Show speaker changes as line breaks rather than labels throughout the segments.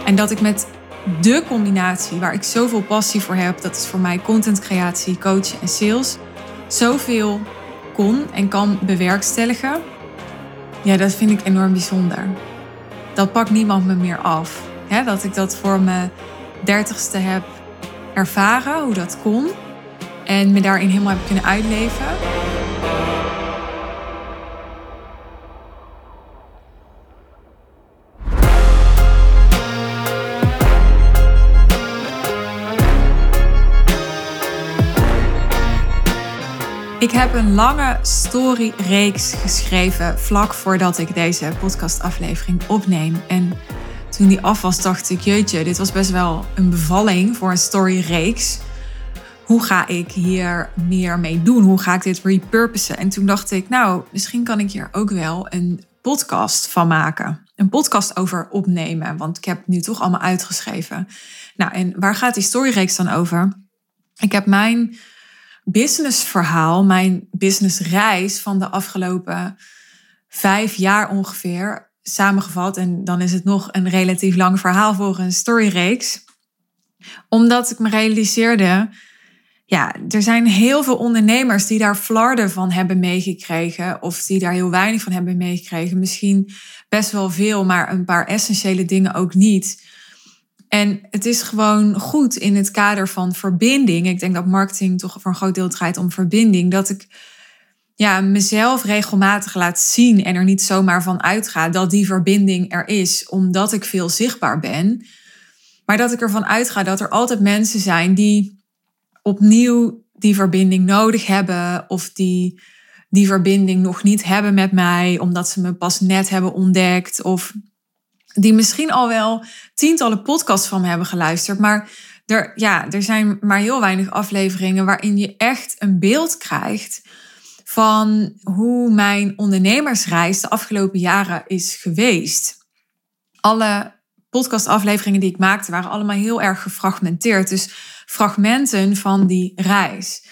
En dat ik met de combinatie waar ik zoveel passie voor heb, dat is voor mij contentcreatie, coachen en sales, zoveel kon en kan bewerkstelligen. Ja, dat vind ik enorm bijzonder. Dat pakt niemand me meer af. Dat ik dat voor mijn 30ste heb ervaren, hoe dat kon. En me daarin helemaal heb kunnen uitleven. Ik heb een lange storyreeks geschreven vlak voordat ik deze podcastaflevering opneem. En toen die af was, dacht ik, jeetje, dit was best wel een bevalling voor een storyreeks. Hoe ga ik hier meer mee doen? Hoe ga ik dit repurposen? En toen dacht ik, misschien kan ik hier ook wel een podcast van maken. Een podcast over opnemen, want ik heb het nu toch allemaal uitgeschreven. En waar gaat die storyreeks dan over? Ik heb mijn businessverhaal, mijn businessreis van de afgelopen 5 jaar ongeveer samengevat. En dan is het nog een relatief lang verhaal voor een storyreeks. Omdat ik me realiseerde, er zijn heel veel ondernemers die daar flarden van hebben meegekregen. Of die daar heel weinig van hebben meegekregen. Misschien best wel veel, maar een paar essentiële dingen ook niet. En het is gewoon goed in het kader van verbinding. Ik denk dat marketing toch voor een groot deel draait om verbinding. Dat ik mezelf regelmatig laat zien en er niet zomaar van uitga dat die verbinding er is. Omdat ik veel zichtbaar ben. Maar dat ik ervan uitga dat er altijd mensen zijn die opnieuw die verbinding nodig hebben. Of die verbinding nog niet hebben met mij. Omdat ze me pas net hebben ontdekt. Of die misschien al wel tientallen podcasts van me hebben geluisterd. Maar er zijn maar heel weinig afleveringen waarin je echt een beeld krijgt van hoe mijn ondernemersreis de afgelopen jaren is geweest. Alle podcastafleveringen die ik maakte waren allemaal heel erg gefragmenteerd. Dus fragmenten van die reis.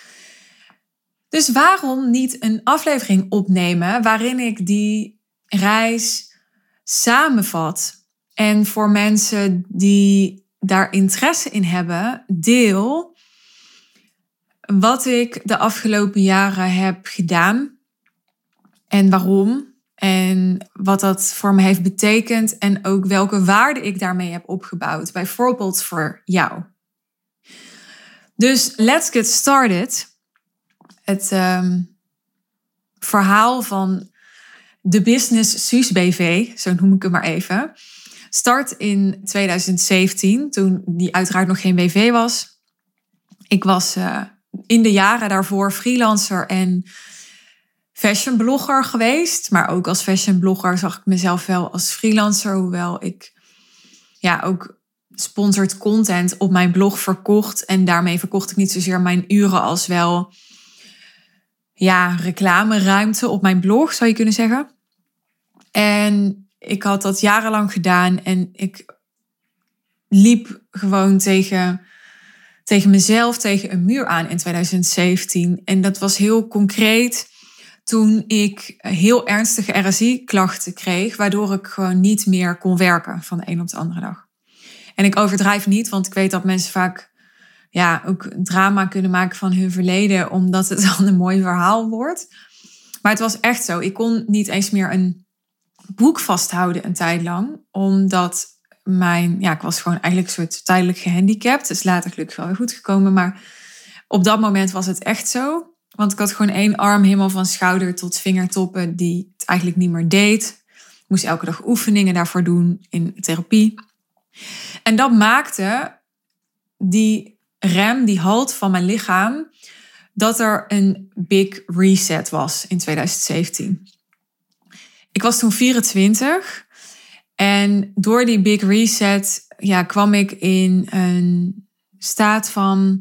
Dus waarom niet een aflevering opnemen waarin ik die reis samenvat en voor mensen die daar interesse in hebben, deel wat ik de afgelopen jaren heb gedaan en waarom en wat dat voor me heeft betekend en ook welke waarde ik daarmee heb opgebouwd, bijvoorbeeld voor jou. Dus let's get started. Het verhaal van de Business Suus BV, zo noem ik het maar even, start in 2017, toen die uiteraard nog geen BV was. Ik was in de jaren daarvoor freelancer en fashionblogger geweest. Maar ook als fashionblogger zag ik mezelf wel als freelancer, hoewel ik ook sponsored content op mijn blog verkocht. En daarmee verkocht ik niet zozeer mijn uren als wel reclameruimte op mijn blog, zou je kunnen zeggen. En ik had dat jarenlang gedaan en ik liep gewoon tegen mezelf, tegen een muur aan in 2017. En dat was heel concreet toen ik heel ernstige RSI-klachten kreeg, waardoor ik gewoon niet meer kon werken van de een op de andere dag. En ik overdrijf niet, want ik weet dat mensen vaak ook drama kunnen maken van hun verleden, omdat het dan een mooi verhaal wordt. Maar het was echt zo. Ik kon niet eens meer een boek vasthouden een tijd lang, omdat ik was gewoon eigenlijk een soort tijdelijk gehandicapt. Het is later gelukkig wel weer goed gekomen, maar op dat moment was het echt zo. Want ik had gewoon 1 arm helemaal van schouder tot vingertoppen die het eigenlijk niet meer deed. Ik moest elke dag oefeningen daarvoor doen in therapie. En dat maakte die rem, die halt van mijn lichaam, dat er een big reset was in 2017. Ik was toen 24 en door die big reset kwam ik in een staat van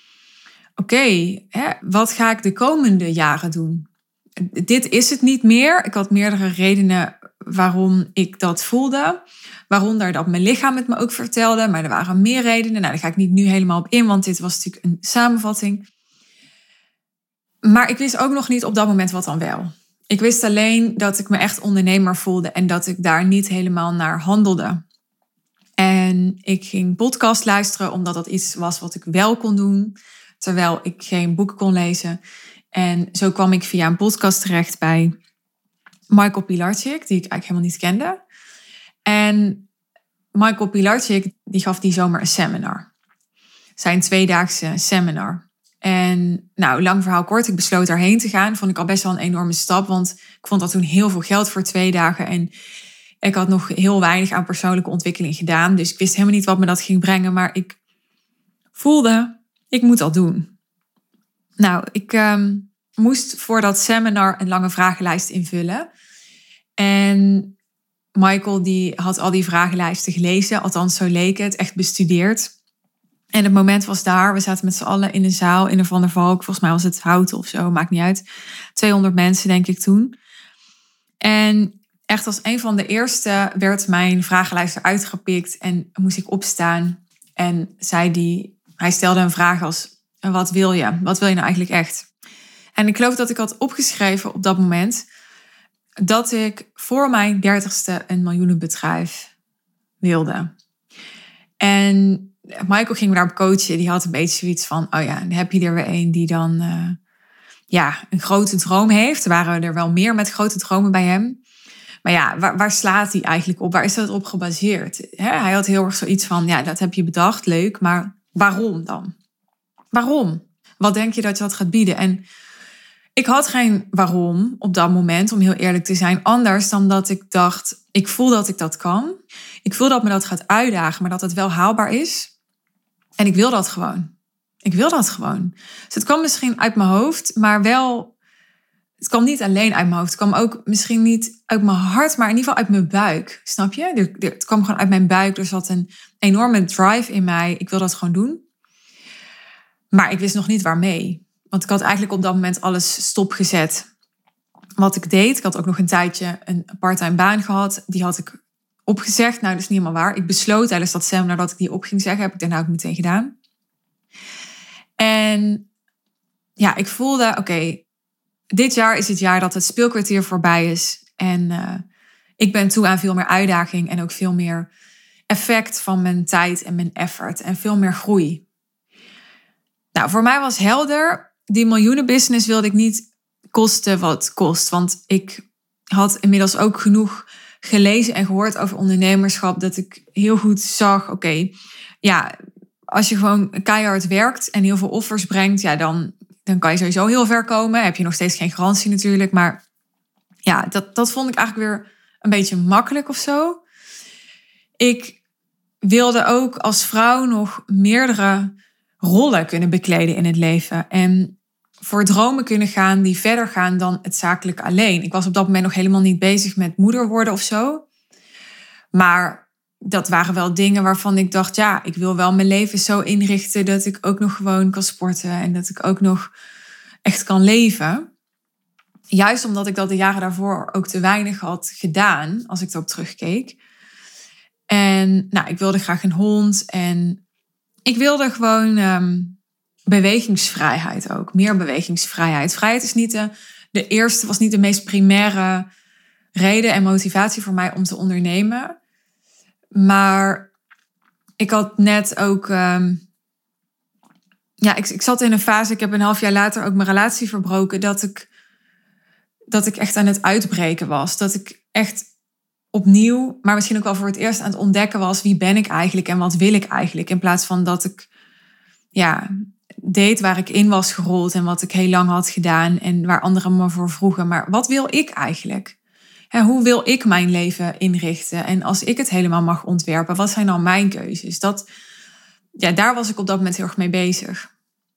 wat ga ik de komende jaren doen? Dit is het niet meer. Ik had meerdere redenen waarom ik dat voelde. Waaronder dat mijn lichaam het me ook vertelde. Maar er waren meer redenen. Daar ga ik niet nu helemaal op in, want dit was natuurlijk een samenvatting. Maar ik wist ook nog niet op dat moment wat dan wel. Ik wist alleen dat ik me echt ondernemer voelde en dat ik daar niet helemaal naar handelde. En ik ging podcast luisteren, omdat dat iets was wat ik wel kon doen, terwijl ik geen boeken kon lezen. En zo kwam ik via een podcast terecht bij Michael Pilarczyk, die ik eigenlijk helemaal niet kende. En Michael Pilarczyk, die gaf die zomer een seminar. Zijn 2-daagse seminar. En nou, lang verhaal kort, ik besloot daarheen te gaan. Vond ik al best wel een enorme stap, want ik vond dat toen heel veel geld voor 2 dagen. En ik had nog heel weinig aan persoonlijke ontwikkeling gedaan. Dus ik wist helemaal niet wat me dat ging brengen. Maar ik voelde, ik moet dat doen. Nou, ik moest voor dat seminar een lange vragenlijst invullen. En Michael die had al die vragenlijsten gelezen. Althans, zo leek het. Echt bestudeerd. En het moment was daar. We zaten met z'n allen in een zaal in de Van der Valk. Volgens mij was het Houten of zo. Maakt niet uit. 200 mensen denk ik toen. En echt als een van de eerste werd mijn vragenlijst eruit gepikt. En moest ik opstaan. En hij stelde een vraag als: wat wil je? Wat wil je nou eigenlijk echt? En ik geloof dat ik had opgeschreven op dat moment dat ik voor mijn 30ste een miljoenenbedrijf wilde. En Michael ging me daarop coachen. Die had een beetje zoiets van, oh ja, dan heb je er weer een die dan een grote droom heeft. Er waren er wel meer met grote dromen bij hem. Maar ja, waar slaat hij eigenlijk op? Waar is dat op gebaseerd? Hij had heel erg zoiets van, ja, dat heb je bedacht, leuk. Maar waarom dan? Waarom? Wat denk je dat je dat gaat bieden? En ik had geen waarom op dat moment, om heel eerlijk te zijn. Anders dan dat ik dacht, ik voel dat ik dat kan. Ik voel dat me dat gaat uitdagen, maar dat het wel haalbaar is. En ik wil dat gewoon. Ik wil dat gewoon. Dus het kwam misschien uit mijn hoofd, maar wel... Het kwam niet alleen uit mijn hoofd. Het kwam ook misschien niet uit mijn hart, maar in ieder geval uit mijn buik. Snap je? Het kwam gewoon uit mijn buik. Er zat een enorme drive in mij. Ik wil dat gewoon doen. Maar ik wist nog niet waarmee. Want ik had eigenlijk op dat moment alles stopgezet wat ik deed. Ik had ook nog een tijdje een parttime baan gehad. Die had ik opgezegd. Nou, dat is niet helemaal waar. Ik besloot tijdens dat seminar dat ik die op ging zeggen. Heb ik daarna ook meteen gedaan. En ja, ik voelde, oké, dit jaar is het jaar dat het speelkwartier voorbij is. En ik ben toe aan veel meer uitdaging en ook veel meer effect van mijn tijd en mijn effort. En veel meer groei. Nou, voor mij was helder, die miljoenenbusiness wilde ik niet kosten wat het kost. Want ik had inmiddels ook genoeg gelezen en gehoord over ondernemerschap, dat ik heel goed zag, oké, ja, als je gewoon keihard werkt en heel veel offers brengt, ja, dan kan je sowieso heel ver komen. Heb je nog steeds geen garantie natuurlijk, maar ja, dat vond ik eigenlijk weer een beetje makkelijk of zo. Ik wilde ook als vrouw nog meerdere rollen kunnen bekleden in het leven. En voor dromen kunnen gaan die verder gaan dan het zakelijke alleen. Ik was op dat moment nog helemaal niet bezig met moeder worden of zo. Maar dat waren wel dingen waarvan ik dacht, ja, ik wil wel mijn leven zo inrichten dat ik ook nog gewoon kan sporten en dat ik ook nog echt kan leven. Juist omdat ik dat de jaren daarvoor ook te weinig had gedaan, als ik erop terugkeek. En nou, ik wilde graag een hond en ik wilde gewoon bewegingsvrijheid ook. Meer bewegingsvrijheid. Vrijheid is niet de eerste, was niet de meest primaire reden en motivatie voor mij om te ondernemen. Maar ik had net ook... ik zat in een fase, ik heb een half jaar later ook mijn relatie verbroken, dat ik echt aan het uitbreken was. Dat ik echt opnieuw, maar misschien ook wel voor het eerst aan het ontdekken was, wie ben ik eigenlijk en wat wil ik eigenlijk? In plaats van dat ik deed waar ik in was gerold en wat ik heel lang had gedaan en waar anderen me voor vroegen. Maar wat wil ik eigenlijk? Hoe wil ik mijn leven inrichten? En als ik het helemaal mag ontwerpen, wat zijn dan mijn keuzes? Daar was ik op dat moment heel erg mee bezig.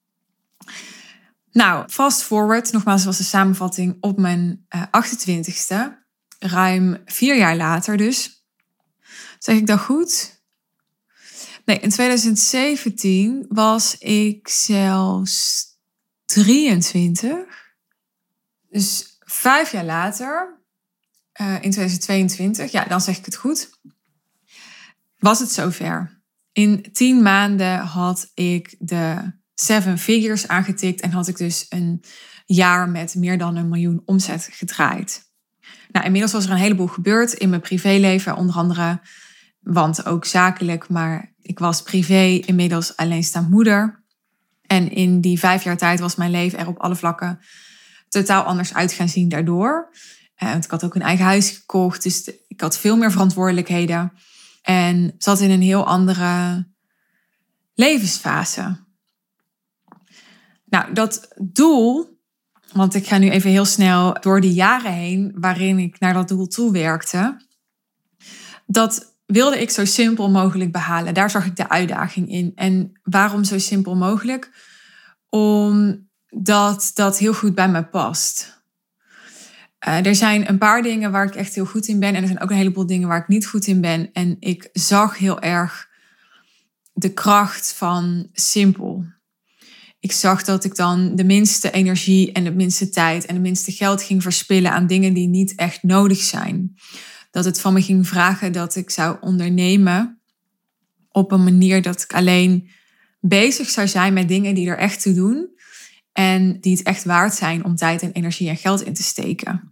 Nou, fast forward, nogmaals was de samenvatting op mijn 28ste. Ruim 4 jaar later dus. Zeg ik dat goed? Nee, in 2017 was ik zelfs 23. Dus 5 jaar later, in 2022, ja, dan zeg ik het goed, was het zover. In 10 maanden had ik de 7 figures aangetikt en had ik dus een jaar met meer dan 1 miljoen omzet gedraaid. Nou, inmiddels was er een heleboel gebeurd in mijn privéleven. Onder andere Want ook zakelijk, maar ik was privé inmiddels alleenstaand moeder. En in die 5 jaar tijd was mijn leven er op alle vlakken totaal anders uit gaan zien daardoor. Want ik had ook een eigen huis gekocht, dus ik had veel meer verantwoordelijkheden. En zat in een heel andere levensfase. Nou, dat doel, want ik ga nu even heel snel door de jaren heen waarin ik naar dat doel toe werkte. Dat wilde ik zo simpel mogelijk behalen. Daar zag ik de uitdaging in. En waarom zo simpel mogelijk? Omdat dat heel goed bij me past. Er zijn een paar dingen waar ik echt heel goed in ben. En er zijn ook een heleboel dingen waar ik niet goed in ben. En ik zag heel erg de kracht van simpel. Ik zag dat ik dan de minste energie en de minste tijd en de minste geld ging verspillen aan dingen die niet echt nodig zijn. Dat het van me ging vragen dat ik zou ondernemen op een manier dat ik alleen bezig zou zijn met dingen die er echt toe doen. En die het echt waard zijn om tijd en energie en geld in te steken.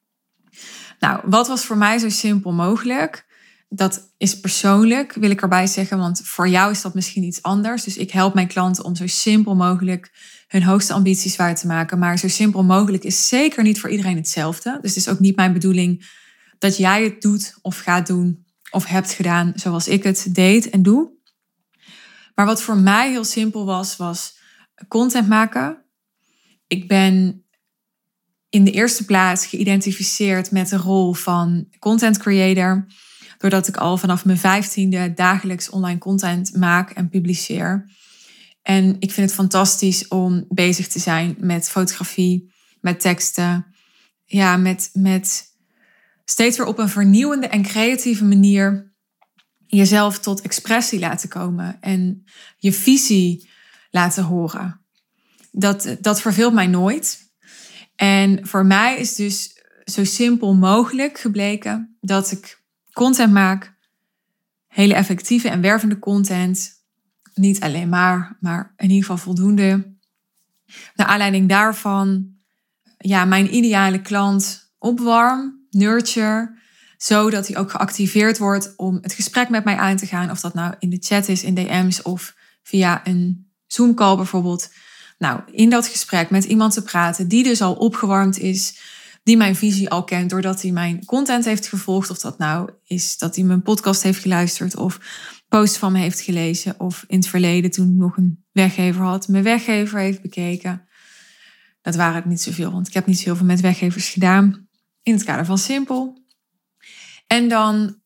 Nou, wat was voor mij zo simpel mogelijk? Dat is persoonlijk, wil ik erbij zeggen, want voor jou is dat misschien iets anders. Dus ik help mijn klanten om zo simpel mogelijk hun hoogste ambities waar te maken. Maar zo simpel mogelijk is zeker niet voor iedereen hetzelfde. Dus het is ook niet mijn bedoeling dat jij het doet of gaat doen of hebt gedaan zoals ik het deed en doe. Maar wat voor mij heel simpel was content maken. Ik ben in de eerste plaats geïdentificeerd met de rol van content creator. Doordat ik al vanaf mijn 15e dagelijks online content maak en publiceer. En ik vind het fantastisch om bezig te zijn met fotografie, met teksten. Ja, met steeds weer op een vernieuwende en creatieve manier jezelf tot expressie laten komen. En je visie laten horen. Dat verveelt mij nooit. En voor mij is dus zo simpel mogelijk gebleken dat ik content maak. Hele effectieve en wervende content. Niet alleen maar in ieder geval voldoende. Naar aanleiding daarvan mijn ideale klant opwarm, nurture. Zodat hij ook geactiveerd wordt om het gesprek met mij aan te gaan. Of dat nou in de chat is, in DM's of via een Zoom call bijvoorbeeld. Nou, in dat gesprek met iemand te praten die dus al opgewarmd is. Die mijn visie al kent doordat hij mijn content heeft gevolgd. Of dat nou is dat hij mijn podcast heeft geluisterd of posts van me heeft gelezen. Of in het verleden toen ik nog een weggever had, mijn weggever heeft bekeken. Dat waren het niet zoveel, want ik heb niet zoveel met weggevers gedaan. In het kader van simpel. En dan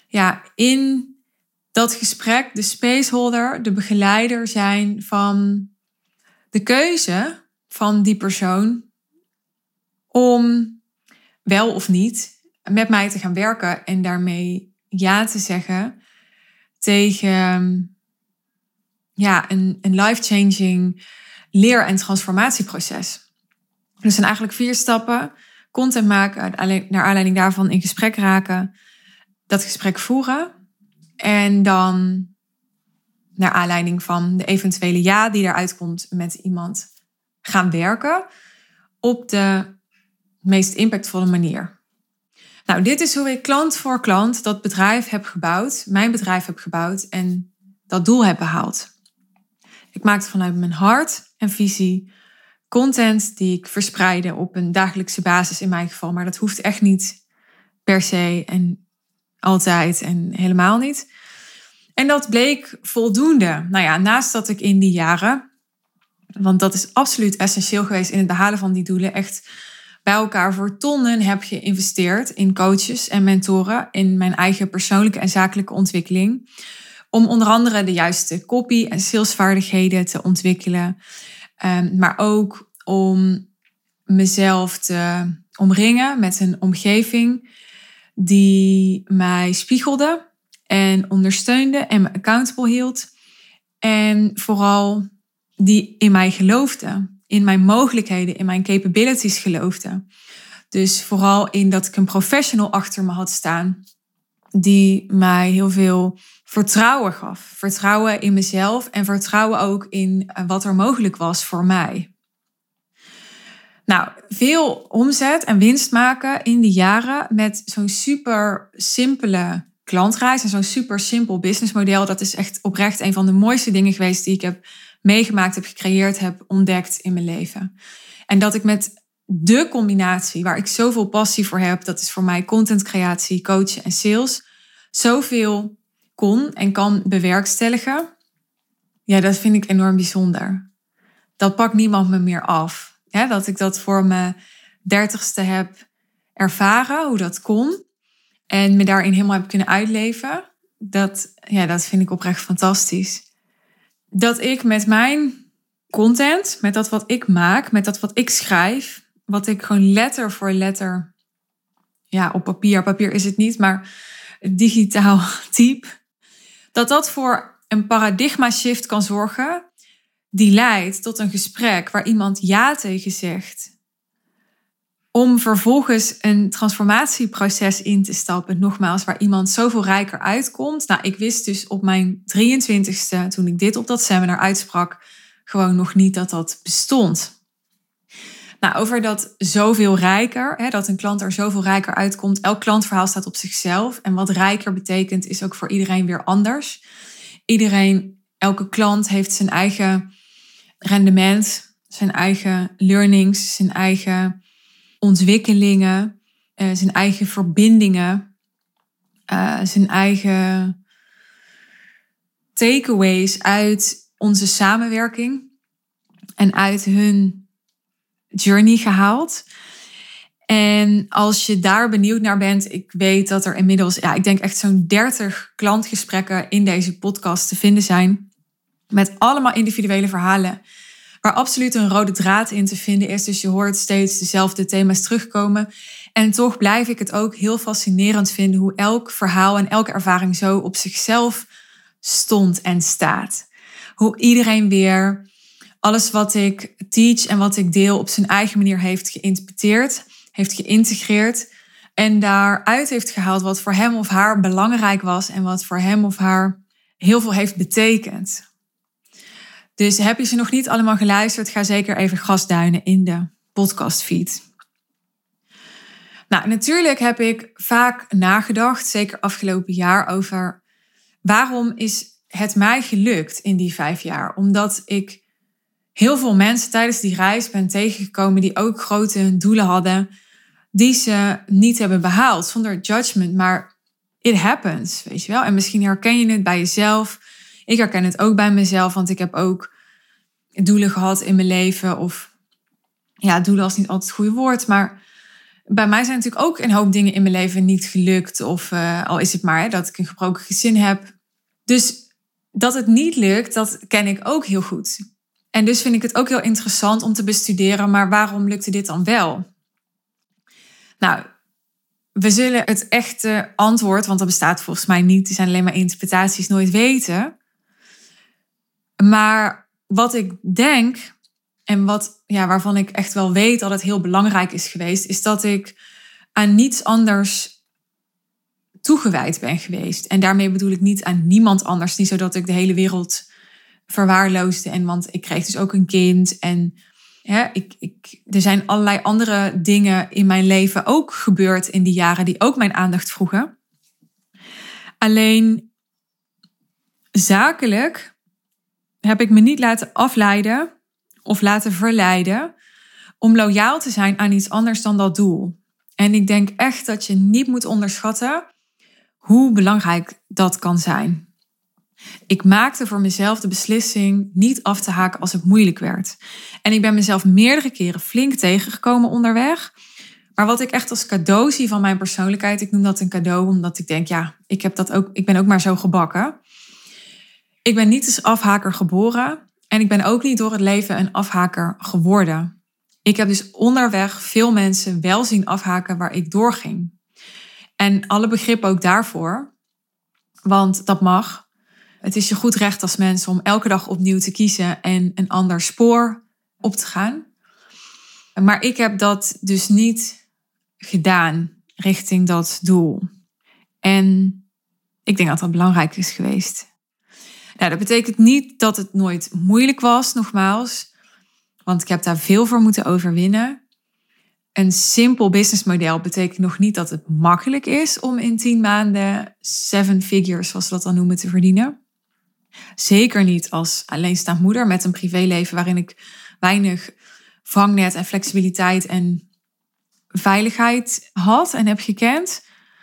in dat gesprek de spaceholder, de begeleider zijn van de keuze van die persoon om wel of niet met mij te gaan werken en daarmee ja te zeggen tegen een life-changing leer- en transformatieproces. Dus zijn eigenlijk 4 stappen. Content maken, naar aanleiding daarvan in gesprek raken, dat gesprek voeren en dan naar aanleiding van de eventuele ja die eruit komt met iemand gaan werken op de meest impactvolle manier. Nou, dit is hoe ik klant voor klant dat bedrijf heb gebouwd, mijn bedrijf heb gebouwd en dat doel heb behaald. Ik maakte vanuit mijn hart en visie content die ik verspreidde op een dagelijkse basis in mijn geval, maar dat hoeft echt niet per se en altijd en helemaal niet. En dat bleek voldoende. Nou ja, naast dat ik in die jaren, want dat is absoluut essentieel geweest in het behalen van die doelen, echt bij elkaar voor tonnen heb geïnvesteerd in coaches en mentoren, in mijn eigen persoonlijke en zakelijke ontwikkeling. Om onder andere de juiste copy- en salesvaardigheden te ontwikkelen. Maar ook om mezelf te omringen met een omgeving die mij spiegelde en ondersteunde en me accountable hield. En vooral die in mij geloofde. In mijn mogelijkheden, in mijn capabilities geloofde. Dus vooral in dat ik een professional achter me had staan. Die mij heel veel vertrouwen gaf. Vertrouwen in mezelf en vertrouwen ook in wat er mogelijk was voor mij. Nou, veel omzet en winst maken in die jaren met zo'n super simpele klantreis en zo'n super simpel businessmodel. Dat is echt oprecht een van de mooiste dingen geweest die ik heb meegemaakt, heb gecreëerd, heb ontdekt in mijn leven. En dat ik met de combinatie waar ik zoveel passie voor heb, dat is voor mij contentcreatie, coachen en sales, zoveel kon en kan bewerkstelligen. Ja, dat vind ik enorm bijzonder. Dat pakt niemand me meer af. Ja, dat ik dat voor mijn 30ste heb ervaren, hoe dat kon. En me daarin helemaal heb kunnen uitleven. Dat vind ik oprecht fantastisch. Dat ik met mijn content, met dat wat ik maak, met dat wat ik schrijf, wat ik gewoon letter voor letter, op papier is het niet, maar digitaal type, dat voor een paradigma shift kan zorgen die leidt tot een gesprek waar iemand ja tegen zegt. Om vervolgens een transformatieproces in te stappen. Nogmaals, waar iemand zoveel rijker uitkomt. Nou, ik wist dus op mijn 23ste, toen ik dit op dat seminar uitsprak, gewoon nog niet dat dat bestond. Nou, over dat zoveel rijker, dat een klant er zoveel rijker uitkomt. Elk klantverhaal staat op zichzelf. En wat rijker betekent, is ook voor iedereen weer anders. Elke klant heeft zijn eigen rendement, zijn eigen learnings, zijn eigen ontwikkelingen, zijn eigen verbindingen, zijn eigen takeaways uit onze samenwerking en uit hun journey gehaald. En als je daar benieuwd naar bent, ik weet dat er inmiddels, ik denk echt zo'n 30 klantgesprekken in deze podcast te vinden zijn. Met allemaal individuele verhalen, waar absoluut een rode draad in te vinden is. Dus je hoort steeds dezelfde thema's terugkomen. En toch blijf ik het ook heel fascinerend vinden hoe elk verhaal en elke ervaring zo op zichzelf stond en staat. Hoe iedereen weer alles wat ik teach en wat ik deel op zijn eigen manier heeft geïnterpreteerd, heeft geïntegreerd en daaruit heeft gehaald wat voor hem of haar belangrijk was en wat voor hem of haar heel veel heeft betekend. Dus heb je ze nog niet allemaal geluisterd, ga zeker even gasduinen in de podcastfeed. Nou, natuurlijk heb ik vaak nagedacht, zeker afgelopen jaar, over waarom is het mij gelukt in die 5 jaar. Omdat ik heel veel mensen tijdens die reis ben tegengekomen die ook grote doelen hadden, die ze niet hebben behaald, zonder judgment. Maar it happens, weet je wel. En misschien herken je het bij jezelf. Ik herken het ook bij mezelf, want ik heb ook doelen gehad in mijn leven. Of doelen is niet altijd het goede woord, maar bij mij zijn natuurlijk ook een hoop dingen in mijn leven niet gelukt. Of al is het maar dat ik een gebroken gezin heb. Dus dat het niet lukt, dat ken ik ook heel goed. En dus vind ik het ook heel interessant om te bestuderen, maar waarom lukte dit dan wel? Nou, we zullen het echte antwoord, want dat bestaat volgens mij niet, die zijn alleen maar interpretaties, nooit weten. Maar wat ik denk en waarvan ik echt wel weet dat het heel belangrijk is geweest, is dat ik aan niets anders toegewijd ben geweest. En daarmee bedoel ik niet aan niemand anders, niet zodat ik de hele wereld verwaarloosde. Want ik kreeg dus ook een kind en er zijn allerlei andere dingen in mijn leven ook gebeurd in die jaren die ook mijn aandacht vroegen. Alleen zakelijk heb ik me niet laten afleiden of laten verleiden om loyaal te zijn aan iets anders dan dat doel. En ik denk echt dat je niet moet onderschatten hoe belangrijk dat kan zijn. Ik maakte voor mezelf de beslissing niet af te haken als het moeilijk werd. En ik ben mezelf meerdere keren flink tegengekomen onderweg. Maar wat ik echt als cadeau zie van mijn persoonlijkheid, ik noem dat een cadeau omdat ik denk, ik ben ook maar zo gebakken. Ik ben niet als afhaker geboren en ik ben ook niet door het leven een afhaker geworden. Ik heb dus onderweg veel mensen wel zien afhaken waar ik doorging. En alle begrip ook daarvoor, want dat mag. Het is je goed recht als mens om elke dag opnieuw te kiezen en een ander spoor op te gaan. Maar ik heb dat dus niet gedaan richting dat doel. En ik denk dat dat belangrijk is geweest. Nou, dat betekent niet dat het nooit moeilijk was, nogmaals. Want ik heb daar veel voor moeten overwinnen. een simpel businessmodel betekent nog niet dat het makkelijk is om in 10 maanden 7 figures, zoals we dat dan noemen, te verdienen. Zeker niet als alleenstaand moeder met een privéleven waarin ik weinig vangnet en flexibiliteit en veiligheid had en heb gekend.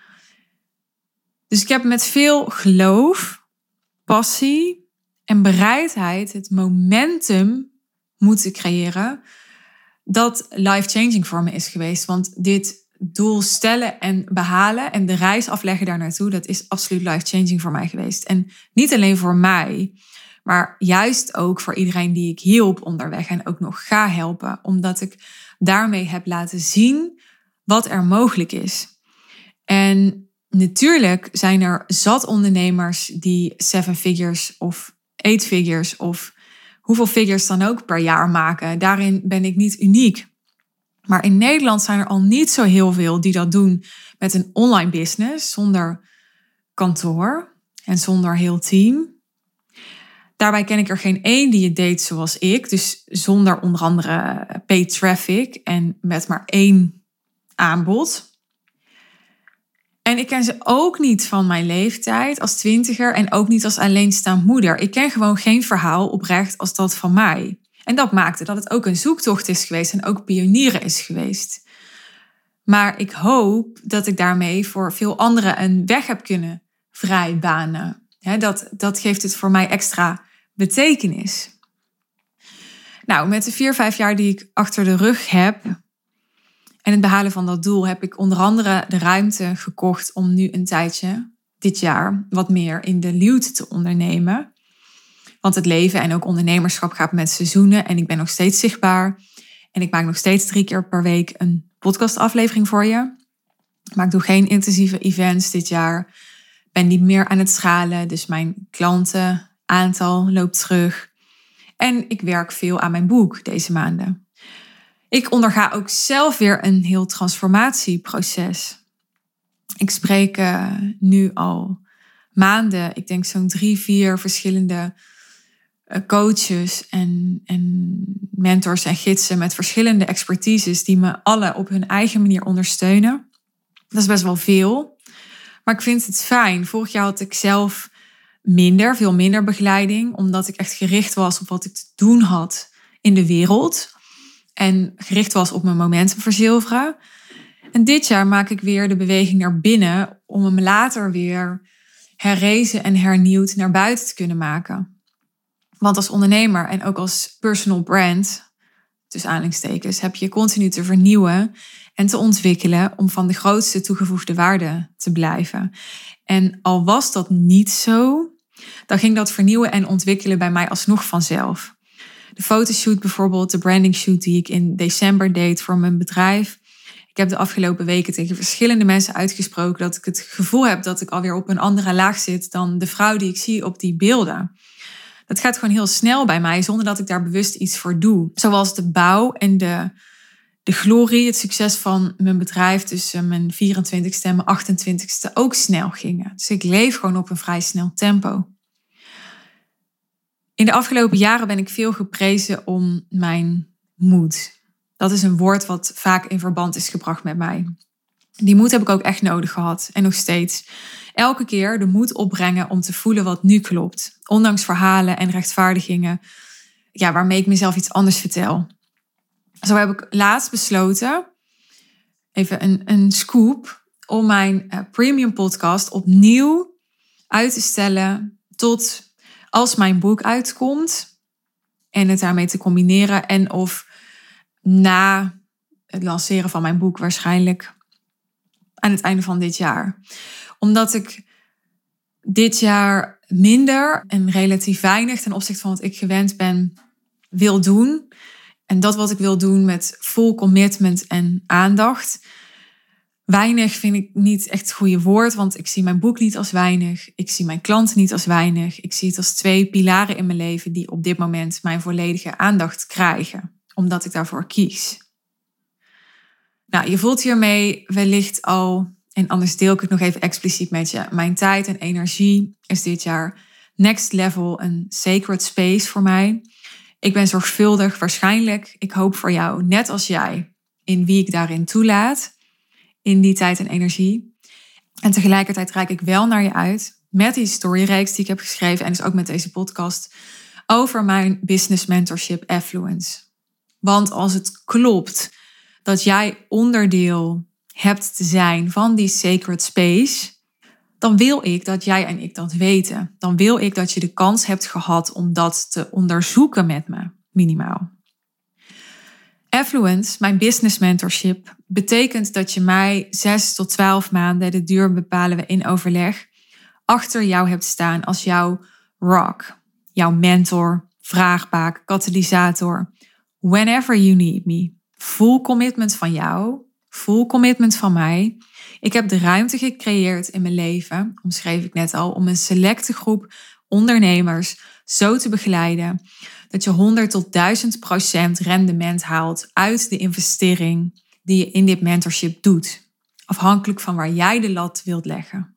Dus ik heb met veel geloof, passie en bereidheid het momentum moeten creëren dat life-changing voor me is geweest. Want dit doel stellen en behalen en de reis afleggen daar naartoe, dat is absoluut life-changing voor mij geweest. En niet alleen voor mij, maar juist ook voor iedereen die ik hielp onderweg en ook nog ga helpen. Omdat ik daarmee heb laten zien wat er mogelijk is. En natuurlijk zijn er zat ondernemers die 7 figures of 8 figures of hoeveel figures dan ook per jaar maken. Daarin ben ik niet uniek. Maar in Nederland zijn er al niet zo heel veel die dat doen met een online business, zonder kantoor en zonder heel team. Daarbij ken ik er geen één die het deed zoals ik. Dus zonder onder andere paid traffic en met maar 1 aanbod. En ik ken ze ook niet van mijn leeftijd als 20er en ook niet als alleenstaand moeder. Ik ken gewoon geen verhaal oprecht als dat van mij. En dat maakte dat het ook een zoektocht is geweest en ook pionieren is geweest. Maar ik hoop dat ik daarmee voor veel anderen een weg heb kunnen vrijbanen. Dat geeft het voor mij extra betekenis. Nou, met de 4-5 jaar die ik achter de rug heb en het behalen van dat doel, heb ik onder andere de ruimte gekocht om nu een tijdje, dit jaar, wat meer in de luwte te ondernemen. Want het leven en ook ondernemerschap gaat met seizoenen en ik ben nog steeds zichtbaar. En ik maak nog steeds 3 keer per week een podcastaflevering voor je. Maar ik doe geen intensieve events dit jaar. Ik ben niet meer aan het schalen, dus mijn klantenaantal loopt terug. En ik werk veel aan mijn boek deze maanden. Ik onderga ook zelf weer een heel transformatieproces. Ik spreek nu al maanden, ik denk zo'n 3-4 verschillende coaches en mentors en gidsen met verschillende expertises die me alle op hun eigen manier ondersteunen. Dat is best wel veel, maar ik vind het fijn. Vorig jaar had ik zelf veel minder begeleiding, omdat ik echt gericht was op wat ik te doen had in de wereld en gericht was op mijn momentum verzilveren. En dit jaar maak ik weer de beweging naar binnen om hem later weer herrezen en hernieuwd naar buiten te kunnen maken. Want als ondernemer en ook als personal brand, tussen aanhalingstekens, heb je continu te vernieuwen en te ontwikkelen om van de grootste toegevoegde waarde te blijven. En al was dat niet zo, dan ging dat vernieuwen en ontwikkelen bij mij alsnog vanzelf. De fotoshoot bijvoorbeeld, de branding shoot die ik in december deed voor mijn bedrijf. Ik heb de afgelopen weken tegen verschillende mensen uitgesproken dat ik het gevoel heb dat ik alweer op een andere laag zit dan de vrouw die ik zie op die beelden. Dat gaat gewoon heel snel bij mij, zonder dat ik daar bewust iets voor doe. Zoals de bouw en de glorie, het succes van mijn bedrijf tussen mijn 24ste en mijn 28ste ook snel gingen. Dus ik leef gewoon op een vrij snel tempo. In de afgelopen jaren ben ik veel geprezen om mijn moed. Dat is een woord wat vaak in verband is gebracht met mij. Die moed heb ik ook echt nodig gehad en nog steeds. Elke keer de moed opbrengen om te voelen wat nu klopt. Ondanks verhalen en rechtvaardigingen waarmee ik mezelf iets anders vertel. Zo heb ik laatst besloten, even een scoop, om mijn premium podcast opnieuw uit te stellen tot als mijn boek uitkomt. En het daarmee te combineren en of na het lanceren van mijn boek waarschijnlijk aan het einde van dit jaar. Omdat ik dit jaar minder en relatief weinig ten opzichte van wat ik gewend ben wil doen. En dat wat ik wil doen met vol commitment en aandacht. Weinig vind ik niet echt het goede woord, want ik zie mijn boek niet als weinig. Ik zie mijn klanten niet als weinig. Ik zie het als 2 pilaren in mijn leven die op dit moment mijn volledige aandacht krijgen. Omdat ik daarvoor kies. Nou, je voelt hiermee wellicht al, en anders deel ik het nog even expliciet met je. Mijn tijd en energie is dit jaar next level, een sacred space voor mij. Ik ben zorgvuldig, waarschijnlijk, ik hoop voor jou, net als jij, in wie ik daarin toelaat, in die tijd en energie. En tegelijkertijd reik ik wel naar je uit met die storyreeks die ik heb geschreven en dus ook met deze podcast over mijn business mentorship Affluence. Want als het klopt dat jij onderdeel hebt te zijn van die sacred space, dan wil ik dat jij en ik dat weten. Dan wil ik dat je de kans hebt gehad om dat te onderzoeken met me, minimaal. Affluence, mijn business mentorship, betekent dat je mij 6 tot 12 maanden, de duur bepalen we in overleg, achter jou hebt staan als jouw rock, jouw mentor, vraagbaak, katalysator. Whenever you need me. Full commitment van jou, full commitment van mij. Ik heb de ruimte gecreëerd in mijn leven, omschreef ik net al, om een selecte groep ondernemers zo te begeleiden dat je 100 tot 1000% rendement haalt uit de investering die je in dit mentorship doet. Afhankelijk van waar jij de lat wilt leggen.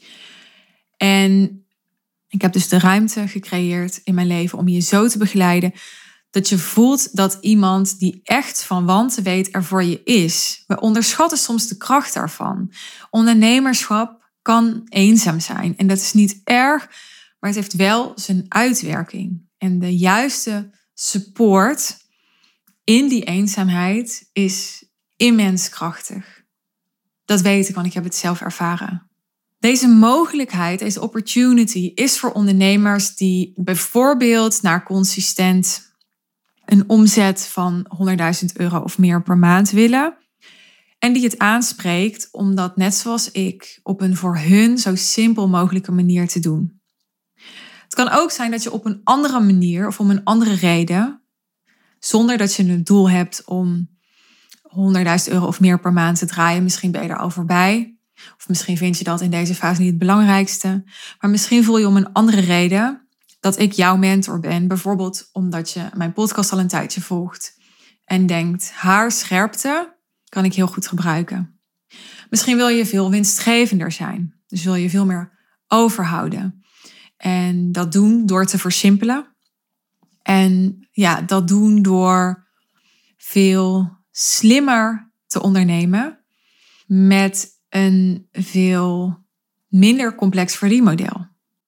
En ik heb dus de ruimte gecreëerd in mijn leven om je zo te begeleiden dat je voelt dat iemand die echt van wanten weet er voor je is. We onderschatten soms de kracht daarvan. Ondernemerschap kan eenzaam zijn. En dat is niet erg, maar het heeft wel zijn uitwerking. En de juiste support in die eenzaamheid is immens krachtig. Dat weet ik, want ik heb het zelf ervaren. Deze mogelijkheid, deze opportunity is voor ondernemers die bijvoorbeeld naar consistent een omzet van €100.000 of meer per maand willen. En die het aanspreekt om dat net zoals ik op een voor hun zo simpel mogelijke manier te doen. Het kan ook zijn dat je op een andere manier of om een andere reden, zonder dat je een doel hebt om €100.000 of meer per maand te draaien, misschien ben je er al voorbij. Of misschien vind je dat in deze fase niet het belangrijkste. Maar misschien voel je om een andere reden dat ik jouw mentor ben. Bijvoorbeeld omdat je mijn podcast al een tijdje volgt. En denkt, haar scherpte kan ik heel goed gebruiken. Misschien wil je veel winstgevender zijn. Dus wil je veel meer overhouden. En dat doen door te versimpelen. En ja, dat doen door veel slimmer te ondernemen. Met een veel minder complex verdienmodel.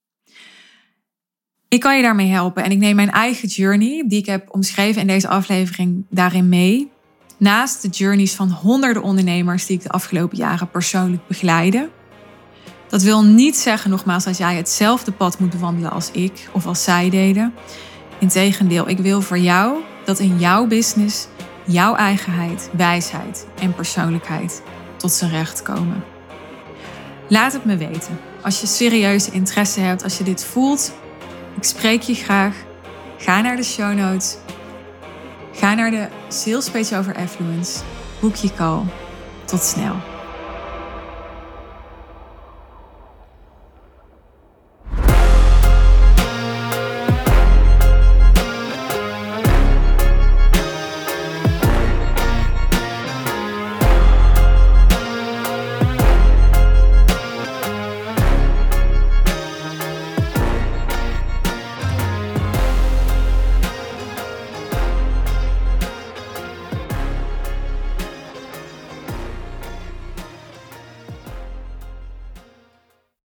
Ik kan je daarmee helpen en ik neem mijn eigen journey, die ik heb omschreven in deze aflevering, daarin mee. Naast de journeys van honderden ondernemers die ik de afgelopen jaren persoonlijk begeleide. Dat wil niet zeggen, nogmaals, dat jij hetzelfde pad moet bewandelen als ik of als zij deden. Integendeel, ik wil voor jou dat in jouw business jouw eigenheid, wijsheid en persoonlijkheid tot zijn recht komen. Laat het me weten. Als je serieuze interesse hebt, als je dit voelt, ik spreek je graag. Ga naar de show notes. Ga naar de sales page over Affluence. Boek je call. Tot snel.